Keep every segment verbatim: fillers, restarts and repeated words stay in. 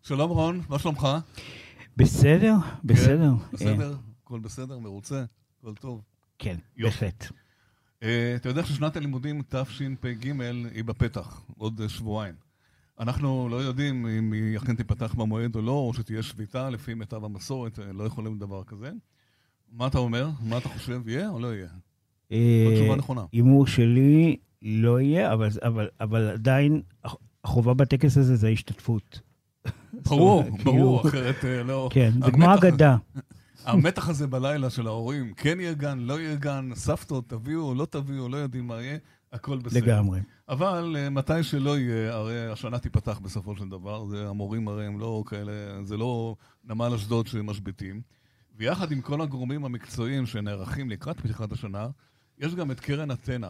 שלום רון, מה שלומך? בסדר, בסדר. כן, בסדר, הכל בסדר, מרוצה, הכל טוב. כן, בהחלט. אתה יודע ששנת הלימודים תשפ"ג היא בפתח, עוד שבועיים. אנחנו לא יודעים אם היא אכן תיפתח במועד או לא, או שתהיה שביתה לפי מיטב המסורת, לא יכולים דבר כזה. מה אתה אומר? מה אתה חושב, יהיה או לא יהיה? זו תשובה נכונה. הימור שלי לא יהיה, אבל, אבל, אבל עדיין החובה בטקס הזה זה ההשתתפות. ברור, ברור, אחרת לא. כן, זה כמו אגדה. המתח הזה בלילה של ההורים, כן יהיה גן, לא יהיה גן, סבתות, תביאו, לא תביאו, לא יודעים מה יהיה, הכל בסדר. לגמרי. אבל מתי שלא יהיה, הרי השנה תיפתח בסופו של דבר, זה המורים הרי הם לא כאלה, זה לא נמל אשדוד שמשביתים, ויחד עם כל הגורמים המקצועיים שנערכים לקראת פתיחת השנה, יש גם את קרן אתנה,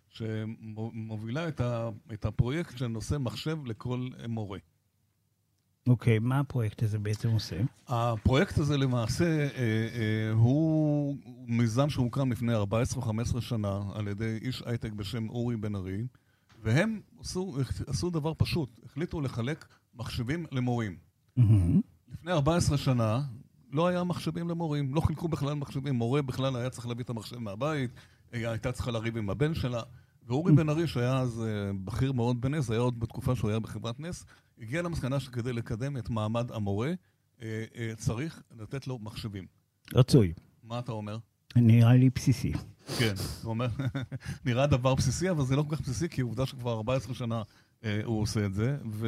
שמובילה את, ה, את הפרויקט של נושא מחשב לכל מורה. אוקיי, מה הפרויקט הזה בעצם עושה? הפרויקט הזה למעשה אה, אה, הוא מיזם שהוקם לפני ארבע עשרה חמש עשרה שנה על ידי איש הייטק בשם אורי בן ארי, והם עשו, עשו דבר פשוט, החליטו לחלק מחשבים למורים. Mm-hmm. לפני ארבע עשרה שנה לא היה מחשבים למורים, לא חילקו בכלל מחשבים, מורה בכלל היה צריך להביא את המחשב מהבית, הייתה צריכה לריב עם הבן שלה, ואורי בן ארי, שהיה אז בכיר מאוד בנס, היה עוד בתקופה שהוא היה בחברת נס, הגיע למסקנה שכדי לקדם את מעמד המורה, צריך לתת לו מחשבים. רצוי. מה אתה אומר? נראה לי בסיסי. כן, הוא אומר, נראה דבר בסיסי, אבל זה לא כל כך בסיסי, כי עובדה שכבר ארבע עשרה שנה הוא עושה את זה, ו...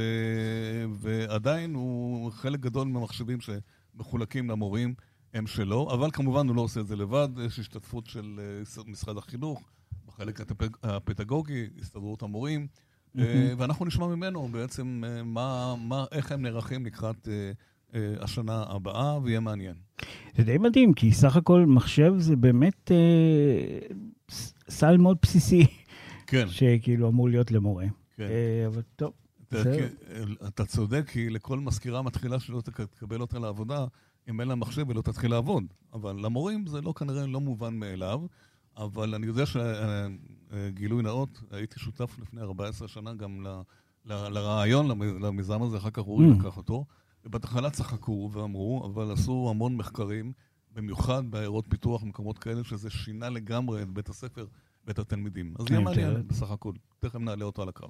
ועדיין הוא חלק גדול מהמחשבים שמחולקים למורים הם שלו, אבל כמובן הוא לא עושה את זה לבד, יש השתתפות של משרד החינוך, בחלק הפדגוגי, הסתדרות המורים, mm-hmm. ואנחנו נשמע ממנו בעצם מה, מה, איך הם נערכים לקראת השנה הבאה, ויהיה מעניין. זה די מדהים, כי סך הכל מחשב זה באמת אה, סל מאוד בסיסי, כן. שכאילו אמור להיות למורה. כן. אה, אבל טוב. אתה, אתה צודק, כי לכל מזכירה מתחילה שלא תקבל אותה לעבודה, אם אין לה מחשב ולא תתחיל לעבוד. אבל למורים זה לא כנראה לא מובן מאליו, אבל אני יודע שגילוי נאות, הייתי שותף לפני ארבע עשרה שנה גם ל, ל, לרעיון, למיזם הזה, אחר כך אורי mm. לקח אותו, ובהתחלה צחקו ואמרו, אבל עשו המון מחקרים, במיוחד בעיירות פיתוח, מקומות כאלה, שזה שינה לגמרי את בית הספר ואת התלמידים. אז יהיה מעניין בסך הכל. תכף נעלה אותו על הקרב.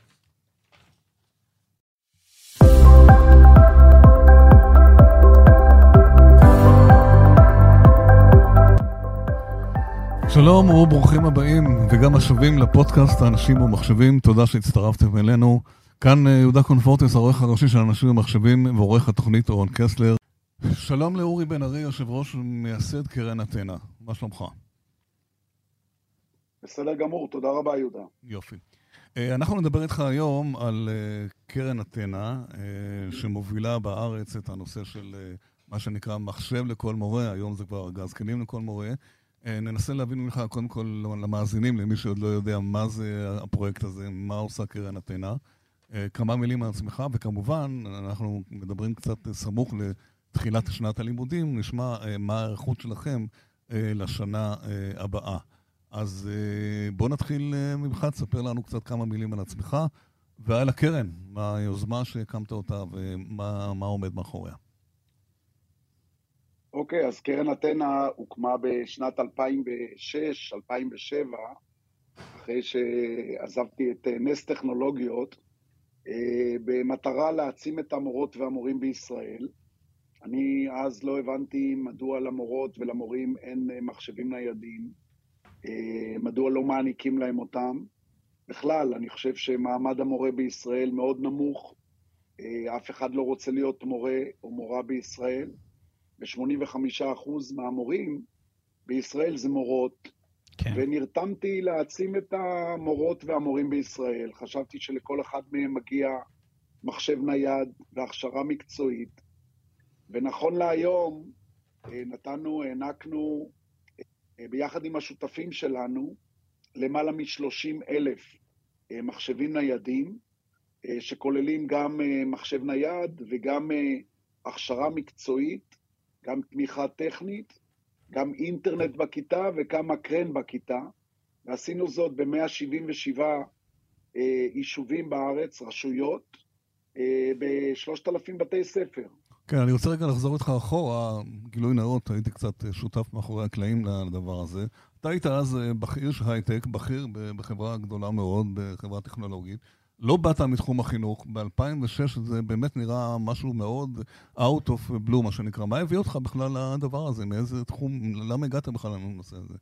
שלום וברוכים הבאים וגם השבים לפודקאסט האנשים ומחשבים. תודה שהצטרפתם אלינו. כאן יהודה קונפורטס, העורך הראשי של אנשים ומחשבים ועורך התוכנית אורן קסלר. שלום לאורי בן ארי, יושב ראש ומייסד קרן אתנה. מה שלומך? בסדר גמור, תודה רבה יהודה. יופי. אנחנו נדבר איתך היום על קרן אתנה שמובילה בארץ את הנושא של מה שנקרא מחשב לכל מורה. היום זה כבר גז-כלים לכל מורה. ננסה להבין ממך קודם כל למאזינים, למי שעוד לא יודע מה זה הפרויקט הזה, מה עושה קרן אתנה. כמה מילים על עצמך, וכמובן אנחנו מדברים קצת סמוך לתחילת שנת הלימודים, נשמע מה הערכות שלכם לשנה הבאה. אז בוא נתחיל ממך, תספר לנו קצת כמה מילים על עצמך ועל הקרן, מה היוזמה שהקמת אותה ומה מה עומד מאחוריה. אוקיי, אז קרן אתנה הוקמה בשנת אלפיים ושש אלפיים ושבע, אחרי שעזבתי את נס טכנולוגיות, במטרה להעצים את המורות והמורים בישראל. אני אז לא הבנתי מדוע למורות ולמורים אין מחשבים ניידים, מדוע לא מעניקים להם אותם. בכלל, אני חושב שמעמד המורה בישראל מאוד נמוך, אף אחד לא רוצה להיות מורה או מורה בישראל, ב-שמונים וחמישה אחוז מהמורים בישראל זה מורות, כן. ונרתמתי להעצים את המורות והמורים בישראל. חשבתי שלכל אחד מהם מגיע מחשב נייד והכשרה מקצועית, ונכון להיום נתנו, הענקנו ביחד עם השותפים שלנו למעלה מ-שלושים אלף מחשבים ניידים, שכוללים גם מחשב נייד וגם הכשרה מקצועית, גם תמיכה טכנית, גם אינטרנט בכיתה וגם מקרן בכיתה, ועשינו זאת ב-מאה שבעים ושבעה יישובים בארץ, רשויות, ב-שלושת אלפים בתי ספר. כן, אני רוצה רגע לחזור איתך אחורה, גילוי נאות, הייתי קצת שותף מאחורי הקלעים לדבר הזה. אתה היית אז בכיר של הייטק, בכיר בחברה גדולה מאוד, בחברה טכנולוגית. לא באת מתחום החינוך, ב-אלפיים ושש זה באמת נראה משהו מאוד out of blue, מה שנקרא. מה הביא אותך בכלל לדבר הזה? מאיזה תחום, למה הגעת בכלל לנושא הזה?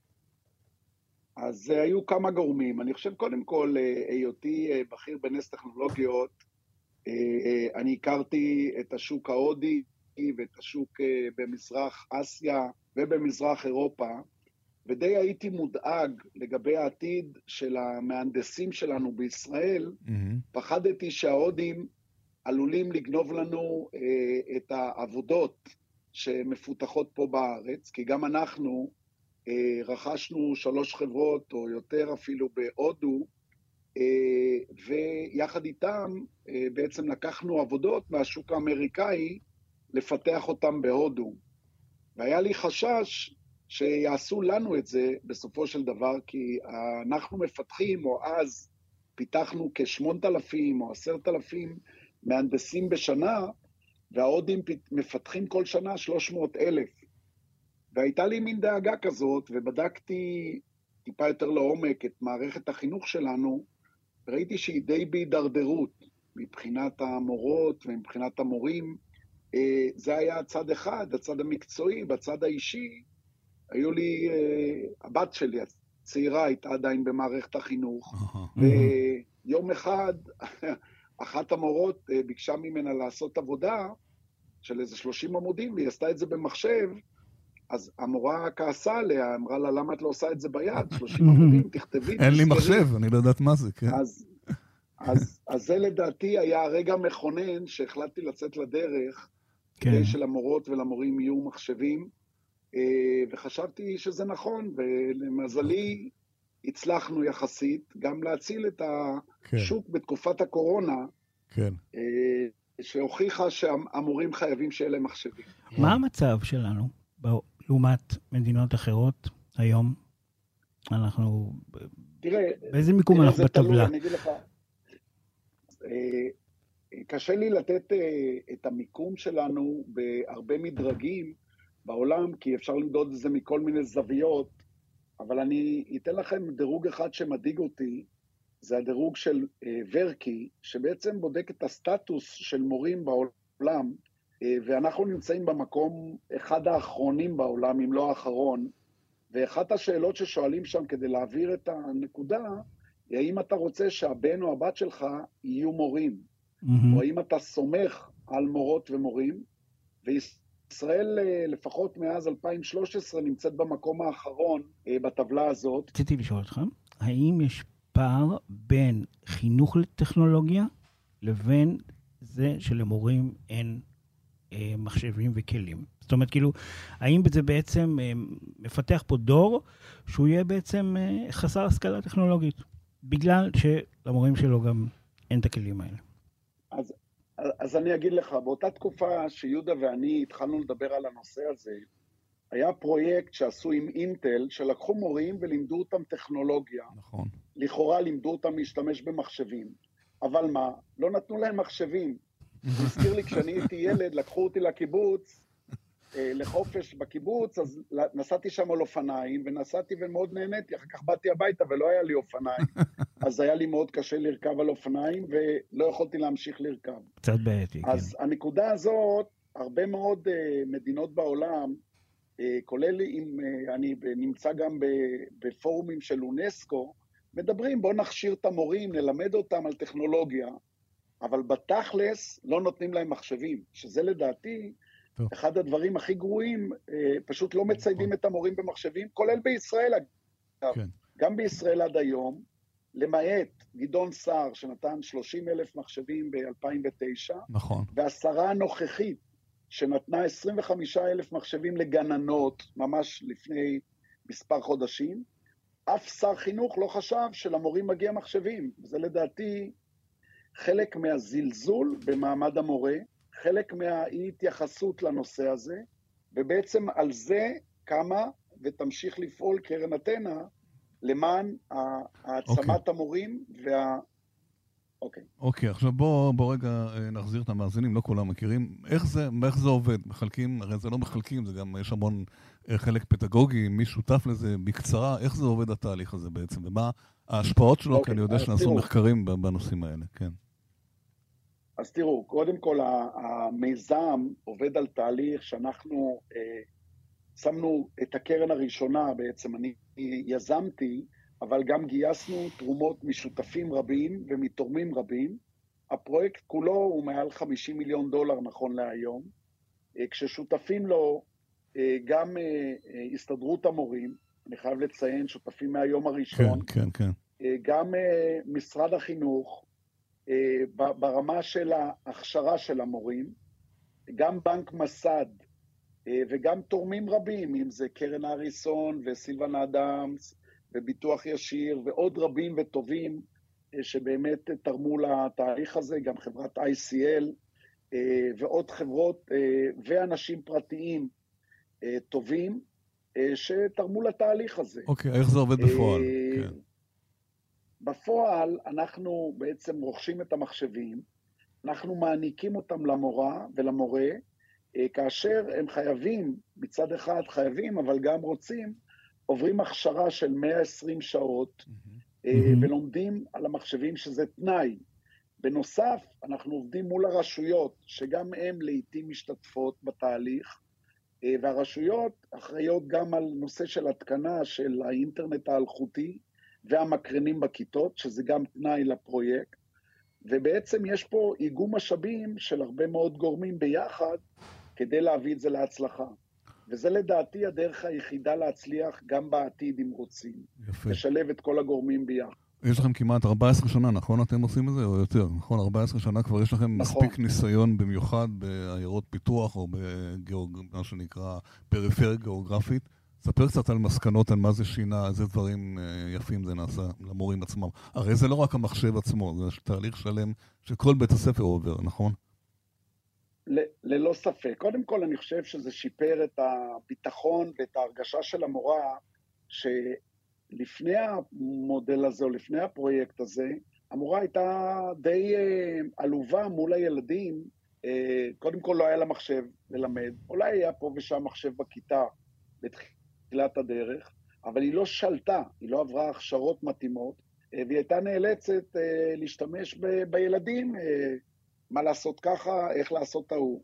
אז היו כמה גורמים. אני חושב קודם כל, היותי בכיר בנס טכנולוגיות, אני הכרתי את השוק ההודי ואת השוק במזרח אסיה ובמזרח אירופה, ודי הייתי מודאג לגבי העתיד של המהנדסים שלנו בישראל. Mm-hmm. פחדתי שההודים עלולים לגנוב לנו אה, את העבודות שמפותחות פה בארץ, כי גם אנחנו אה, רכשנו שלוש חברות או יותר אפילו בהודו, אה, ויחד איתם אה, בעצם לקחנו עבודות מהשוק האמריקאי לפתח אותם בהודו. והיה לי חשש שיעשו לנו את זה בסופו של דבר, כי אנחנו מפתחים, או אז פיתחנו כשמונת אלפים או עשרת אלפים מהנדסים בשנה, וההודים מפתחים כל שנה שלוש מאות אלף. והייתה לי מין דאגה כזאת, ובדקתי טיפה יותר לעומק את מערכת החינוך שלנו, וראיתי שהיא די בהידרדרות, מבחינת המורות ומבחינת המורים. זה היה הצד אחד, הצד המקצועי. בצד האישי, היו לי, הבת שלי, הצעירה, הייתה עדיין במערכת החינוך, ויום אחד, אחת המורות ביקשה ממנה לעשות עבודה של איזה שלושים עמודים, והיא עשתה את זה במחשב, אז המורה כעסה עליה, אמרה לה, למה את לא עושה את זה ביד? שלושים עמודים, תכתבי. אין לי מחשב, אני לא יודעת מה זה, כן. אז, אז, אז זה לדעתי היה הרגע מכונן שהחלטתי לצאת לדרך, כדי שלמורות ולמורים יהיו מחשבים, וחשבתי שזה נכון, ולמזלי הצלחנו יחסית גם להציל את השוק בתקופת הקורונה, שהוכיחה שהמורים חייבים שיהיה להם מחשבים. מה המצב שלנו לעומת מדינות אחרות היום? אנחנו... תראה, באיזה מיקום אנחנו בטבלה? אני אגיד לך, קשה לי לתת את המיקום שלנו בהרבה מדרגים בעולם, כי אפשר למדוד את זה מכל מיני זוויות, אבל אני אתן לכם דירוג אחד שמדאיג אותי, זה הדירוג של ורקי, שבעצם בודק את הסטטוס של מורים בעולם, ואנחנו נמצאים במקום אחד האחרונים בעולם, אם לא האחרון, ואחת השאלות ששואלים שם כדי להעביר את הנקודה, היא האם אתה רוצה שהבן או הבת שלך יהיו מורים, mm-hmm. או האם אתה סומך על מורות ומורים, וישראל לפחות מאז אלפיים ושלוש עשרה נמצאת במקום האחרון בטבלה הזאת. רציתי לשאול אותך, האם יש פער בין חינוך לטכנולוגיה לבין זה שלמורים אין אה, מחשבים וכלים? זאת אומרת, כאילו, האם זה בעצם אה, מפתח פה דור שהוא יהיה בעצם אה, חסר השכלה טכנולוגית, בגלל שלמורים שלו גם אין את הכלים האלה? אז, אז אני אגיד לך, באותה תקופה שיהודה ואני התחלנו לדבר על הנושא הזה, היה פרויקט שעשו עם אינטל, שלקחו מורים ולימדו אותם טכנולוגיה. נכון. לכאורה לימדו אותם להשתמש במחשבים. אבל מה? לא נתנו להם מחשבים. הזכיר לי, כשאני הייתי ילד, לקחו אותי לקיבוץ, לחופש בקיבוץ, אז נסעתי שם על אופניים, ונסעתי ומאוד נהניתי. אחר כך באתי הביתה ולא היה לי אופניים. אז היה לי מאוד קשה לרכב על אופניים, ולא יכולתי להמשיך לרכב. קצת בעייתי, כן. אז הנקודה הזאת, הרבה מאוד מדינות בעולם, כולל אם אני נמצא גם בפורומים של אונסקו, מדברים, בוא נכשיר את המורים, נלמד אותם על טכנולוגיה, אבל בתכלס לא נותנים להם מחשבים, שזה לדעתי טוב. אחד הדברים הכי גרועים, פשוט לא מציידים את המורים במחשבים, כולל בישראל, כן. גם בישראל עד היום, למעט גדעון סער שנתן שלושים אלף מחשבים ב-אלפיים ותשע, נכון. והשרה הנוכחית, שנתנה עשרים וחמישה אלף מחשבים לגננות, ממש לפני מספר חודשים, אף שר חינוך לא חשב שלמורים מגיע מחשבים. זה לדעתי חלק מהזלזול במעמד המורה, חלק מהאי התייחסות לנושא הזה, ובעצם על זה קמה ותמשיך לפעול קרן אתנה, למען העצמת okay. המורים וה... אוקיי. אוקיי, עכשיו בוא, בוא רגע נחזיר את המאזינים, לא כולם מכירים. איך זה, איך זה עובד? מחלקים, הרי זה לא מחלקים, זה גם, יש המון חלק פדגוגי, מי שותף לזה, בקצרה, איך זה עובד התהליך הזה בעצם, ומה ההשפעות שלו, אוקיי, כי אני יודע שנעשו תראו, מחקרים בנושאים האלה, כן. אז תראו, קודם כל המיזם עובד על תהליך שאנחנו אה, שמנו את הקרן הראשונה בעצם, אני יזמתי, אבל גם גייסנו תרומות משותפים רבים ומתורמים רבים. הפרויקט כולו הוא מעל חמישים מיליון דולר נכון להיום, כששותפים לו גם הסתדרות המורים, אני חייב לציין, שותפים מהיום הראשון, כן, כן, כן. גם משרד החינוך, ברמה של ההכשרה של המורים, גם בנק מסד, וגם תורמים רבים, אם זה קרן אריסון וסילבן אדמס, וביטוח ישיר, ועוד רבים וטובים, שבאמת תרמו לתהליך הזה, גם חברת איי סי אל, ועוד חברות ואנשים פרטיים טובים, שתרמו לתהליך הזה. אוקיי, איך זה עובד בפועל? כן. בפועל אנחנו בעצם רוכשים את המחשבים, אנחנו מעניקים אותם למורה ולמורה, כאשר הם חייבים, מצד אחד חייבים, אבל גם רוצים, עוברים הכשרה של מאה ועשרים שעות, mm-hmm. ולומדים על המחשבים שזה תנאי. בנוסף, אנחנו עובדים מול הרשויות, שגם הם לעתים משתתפות בתהליך, והרשויות אחראיות גם על נושא של התקנה של האינטרנט האלחוטי, והמקרנים בכיתות, שזה גם תנאי לפרויקט, ובעצם יש פה איגום משאבים של הרבה מאוד גורמים ביחד, כדי להביא את זה להצלחה. וזה לדעתי הדרך היחידה להצליח גם בעתיד אם רוצים. יפה. לשלב את כל הגורמים ביחד. יש לכם כמעט ארבע עשרה שנה, נכון אתם עושים את זה? או יותר, נכון? ארבע עשרה שנה כבר יש לכם נכון. מספיק ניסיון במיוחד בעיירות פיתוח, או במה שנקרא פריפריה גיאוגרפית. ספר קצת על מסקנות, על מה זה שינה, איזה דברים יפים זה נעשה למורים עצמם. הרי זה לא רק המחשב עצמו, זה תהליך שלם שכל בית הספר עובר, נכון? ללא ספק. קודם כל אני חושב שזה שיפר את הביטחון ואת ההרגשה של המורה, שלפני המודל הזה או לפני הפרויקט הזה, המורה הייתה די עלובה מול הילדים. קודם כל לא היה לה מחשב ללמד, אולי היה פה ושם מחשב בכיתה בתחילת הדרך, אבל היא לא שלטה, היא לא עברה הכשרות מתאימות, והיא הייתה נאלצת להשתמש ב- בילדים, מה לעשות ככה, איך לעשות ההוא.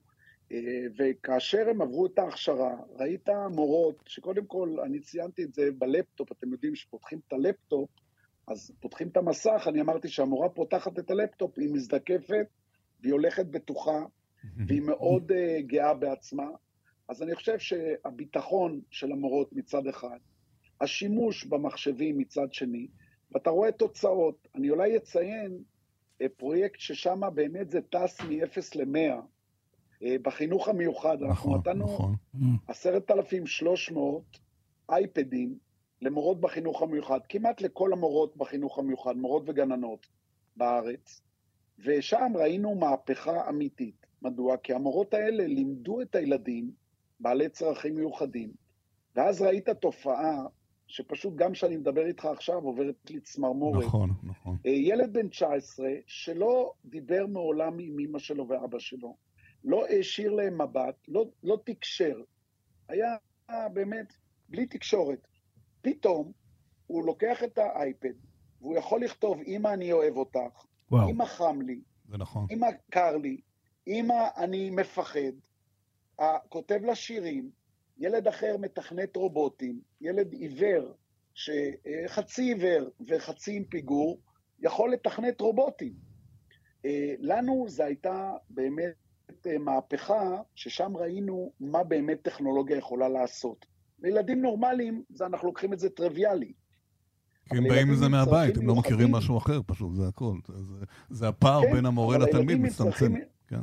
וכאשר הם עברו את ההכשרה, ראית מורות, שקודם כל, אני ציינתי את זה בלפטופ, אתם יודעים שפותחים את הלפטופ, אז פותחים את המסך, אני אמרתי שהמורה פותחת את הלפטופ, היא מזדקפת, והיא הולכת בטוחה, והיא מאוד גאה בעצמה. אז אני חושב שהביטחון של המורות מצד אחד, השימוש במחשבים מצד שני, ואתה רואה תוצאות. אני אולי אציין פרויקט ששם באמת זה טס מ-אפס ל-מאה, בחינוך המיוחד. נכון, אנחנו נתנו נכון. עשרת אלפים ושלוש מאות אייפדים למורות בחינוך המיוחד, כמעט לכל המורות בחינוך המיוחד, מורות וגננות בארץ, ושם ראינו מהפכה אמיתית. מדוע? כי המורות האלה לימדו את הילדים בעלי צרכים מיוחדים, ואז ראית תופעה שפשוט גם שאני מדבר איתך עכשיו עוברת לי צמרמורת. נכון, נכון. ילד בן תשע עשרה שלא דיבר מעולם עם אמא שלו ואבא שלו, לא השאיר להם מבט, לא, לא תקשר, היה באמת בלי תקשורת. פתאום הוא לוקח את האייפד, והוא יכול לכתוב, אמא אני אוהב אותך, וואו. אמא חם לי, זה נכון. אמא קר לי, אמא אני מפחד, כותב לה שירים, ילד אחר מתכנת רובוטים, ילד עיוור, שחצי עיוור וחצי עם פיגור, יכול לתכנת רובוטים. לנו זה הייתה באמת מהפכה, ששם ראינו מה באמת טכנולוגיה יכולה לעשות. לילדים נורמליים, זה אנחנו לוקחים את זה טריוויאלי. כי הם באים לזה מהבית, הם לא מכירים משהו אחר פשוט, זה הכל. זה, זה הפער כן, בין המורה לתלמיד מצטמצם. כן.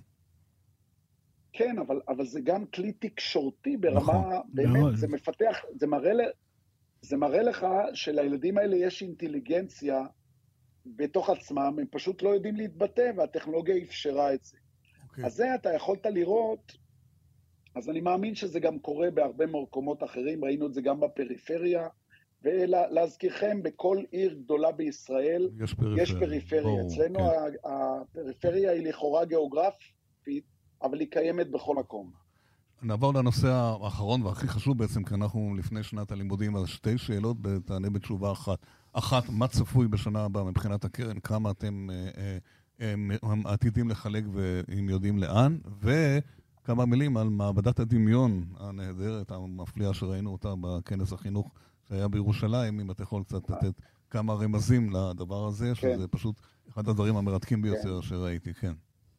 כן, אבל, אבל זה גם כלי תקשורתי ברמה, נכון, באמת, מאוד. זה מפתח, זה מראה, זה מראה לך שלילדים האלה יש אינטליגנציה בתוך עצמם, הם פשוט לא יודעים להתבטא, והטכנולוגיה אפשרה את זה. Okay. אז זה אתה יכולת לראות, אז אני מאמין שזה גם קורה בהרבה מקומות אחרים, ראינו את זה גם בפריפריה, ולהזכירכם, בכל עיר גדולה בישראל יש פריפריה. יש פריפריה. ברור, אצלנו כן. הפריפריה היא לכאורה גיאוגרפית, אבל היא קיימת בכל מקום. נעבור לנושא האחרון והכי חשוב בעצם, כי אנחנו לפני שנת הלימודים, אז שתי שאלות, תענה בתשובה אחת. אחת, מה צפוי בשנה הבאה מבחינת הקרן? כמה אתם אה, אה, עתידים לחלק ואם יודעים לאן? וכמה מילים על מעבדת הדמיון הנהדרת, המפליאה שראינו אותה בכנס החינוך שהיה בירושלים, אם אתה יכול קצת לתת כמה רמזים לדבר הזה, כן. שזה פשוט אחד הדברים המרתקים ביותר כן. שראיתי, כן.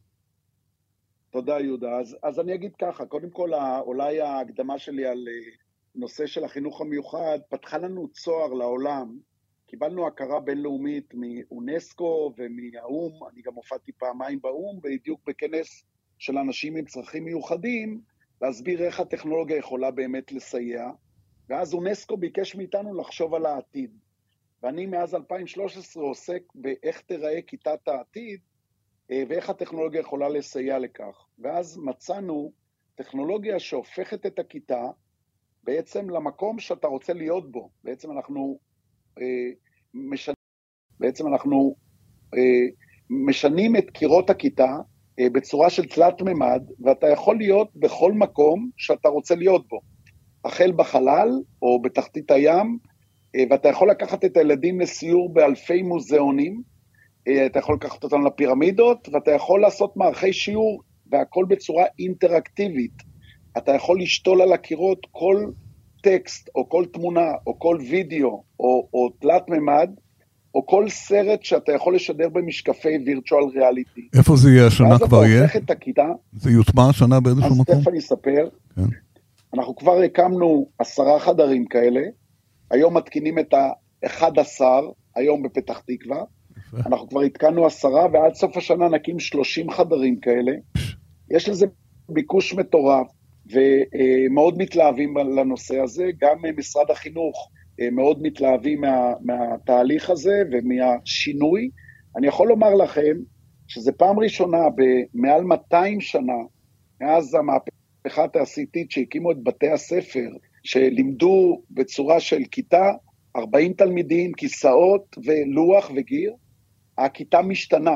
תודה יהודה. אז, אז אני אגיד ככה, קודם כל אולי ההקדמה שלי על נושא של החינוך המיוחד פתחה לנו צוהר לעולם, קיבלנו הכרה בינלאומית מאונסקו ומהאום, אני גם הופעתי פעמיים באום, בדיוק בכנס של אנשים עם צרכים מיוחדים, להסביר איך הטכנולוגיה יכולה באמת לסייע, ואז אונסקו ביקש מאיתנו לחשוב על העתיד, ואני מאז אלפיים ושלוש עשרה עוסק באיך תיראה כיתת העתיד, ואיך הטכנולוגיה יכולה לסייע לכך. ואז מצאנו טכנולוגיה שהופכת את הכיתה בעצם למקום שאתה רוצה להיות בו. בעצם אנחנו אה, משנים, בעצם אנחנו אה, משנים את קירות הכיתה אה, בצורה של תלת ממד, ואתה יכול להיות בכל מקום שאתה רוצה להיות בו. החל בחלל או בתחתית הים, אה, ואתה יכול לקחת את הילדים לסיור באלפי מוזיאונים, אתה יכול לקחת אותם לפירמידות, ואתה יכול לעשות מערכי שיעור, והכל בצורה אינטראקטיבית. אתה יכול לשתול על הקירות כל טקסט, או כל תמונה, או כל וידאו, או, או תלת ממד, או כל סרט שאתה יכול לשדר במשקפי וירטואל ריאליטי. איפה זה יהיה השנה כבר יהיה? ואז אתה הופך את הכיתה. זה יוטמע השנה באיזשהו מקום? אז תכף אני אספר. כן. אנחנו כבר הקמנו עשרה חדרים כאלה, היום מתקינים את ה-אחד עשר, היום בפתח תקווה, אנחנו כבר התקנו עשרה, ועד סוף השנה נקים שלושים חדרים כאלה. יש לזה ביקוש מטורף, ומאוד מתלהבים לנושא הזה. גם משרד החינוך מאוד מתלהבים מה, מהתהליך הזה ומהשינוי. אני יכול לומר לכם שזה פעם ראשונה במעל מאתיים שנה, מאז המהפכה התעשייתית שהקימו את בתי הספר, שלימדו בצורה של כיתה, ארבעים תלמידים, כיסאות ולוח וגיר, הכיתה משתנה,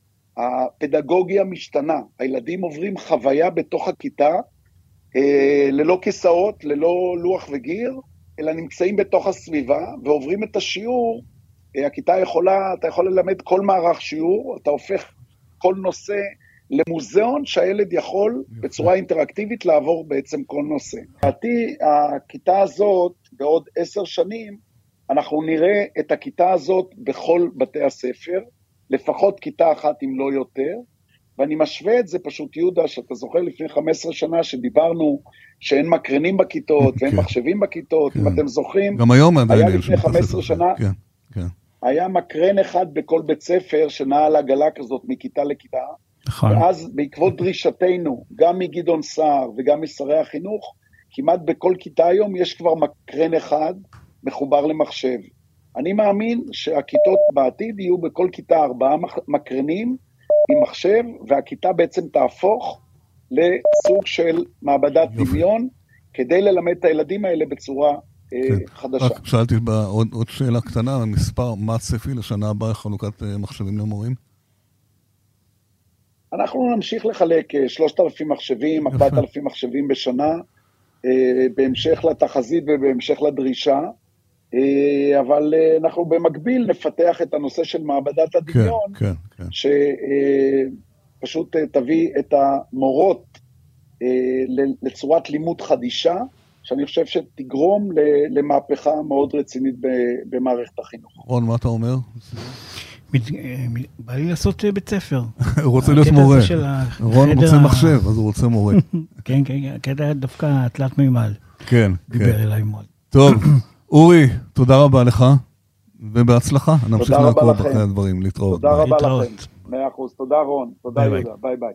הפדגוגיה משתנה, הילדים עוברים חוויה בתוך הכיתה, אה, ללא כיסאות, ללא לוח וגיר, אלא נמצאים בתוך הסביבה, ועוברים את השיעור, אה, הכיתה יכולה, אתה יכול ללמד כל מערך שיעור, אתה הופך כל נושא למוזיאון שהילד יכול בצורה אינטראקטיבית לעבור בעצם כל נושא. לדעתי, הכיתה הזאת בעוד עשר שנים, אנחנו נראה את הכיתה הזאת בכל בתי הספר, לפחות כיתה אחת אם לא יותר, ואני משווה את זה פשוט יהודה, שאתה זוכר לפני חמש עשרה שנה שדיברנו שאין מקרנים בכיתות ואין מחשבים בכיתות, אם אתם זוכרים, גם היום היה לפני חמש עשרה שנה, היה מקרן אחד בכל בית ספר שנע על עגלה כזאת מכיתה לכיתה, ואז בעקבות דרישתנו, גם מגדעון סער וגם משרי החינוך, כמעט בכל כיתה היום יש כבר מקרן אחד מחובר למחשב. אני מאמין שהכיתות בעתיד יהיו בכל כיתה ארבעה מקרנים עם מחשב, והכיתה בעצם תהפוך לסוג של מעבדת דמיון, כדי ללמד את הילדים האלה בצורה כן. חדשה. רק שאלתי בעוד, עוד שאלה קטנה, מספר, מה הצפי לשנה הבאה חלוקת מחשבים למורים? אנחנו נמשיך לחלק שלושת אלפים מחשבים, ארבעת אלפים מחשבים בשנה, בהמשך לתחזית ובהמשך לדרישה, אבל אנחנו במקביל נפתח את הנושא של מעבדת הדמיון, כן, כן, כן. שפשוט תביא את המורות לצורת לימוד חדישה, שאני חושב שתגרום למהפכה מאוד רצינית במערכת החינוך. רון, מה אתה אומר? בא לי לעשות בית ספר. הוא רוצה להיות מורה. רון רוצה מחשב, אז הוא רוצה מורה. כן, כן, הקטע דווקא תלת מימד. כן, דיבר אליי מאוד. טוב, אורי, תודה רבה לך, ובהצלחה. נמשיך לעקוב אחרי הדברים, להתראות. תודה רבה לכם. מאה אחוז, תודה רון. תודה יהודה, ביי ביי.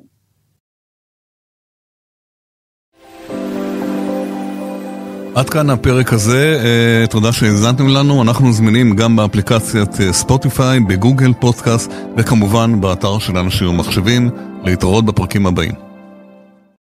עד כאן הפרק הזה, תודה שהזנתם לנו, אנחנו זמינים גם באפליקציית ספוטיפיי, בגוגל פודקאסט, וכמובן באתר של אנשים ומחשבים, להתראות בפרקים הבאים.